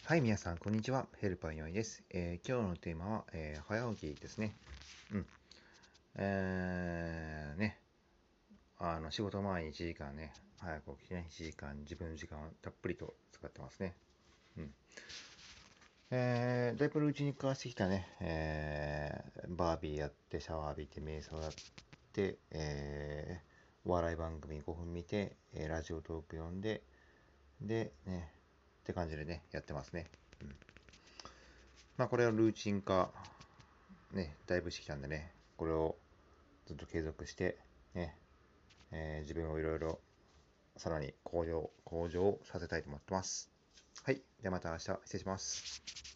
はい、皆さん、こんにちは。ヘルパーにわいです。今日のテーマは、早起きですね。うん。ね、仕事前に1時間ね、早く起きてね、1時間、自分の時間をたっぷりと使ってますね。うん。だいぶルーチンに変わしてきたね、バービーやって、シャワー浴びて、瞑想やって、お笑い番組5分見て、ラジオトーク読んで、で、ね、って感じでね、やってますね。うん。まあ、これはルーチン化ね、だいぶしてきたんでね、これをずっと継続して、ね、自分をいろいろさらに向上させたいと思ってます。はい。ではまた明日失礼します。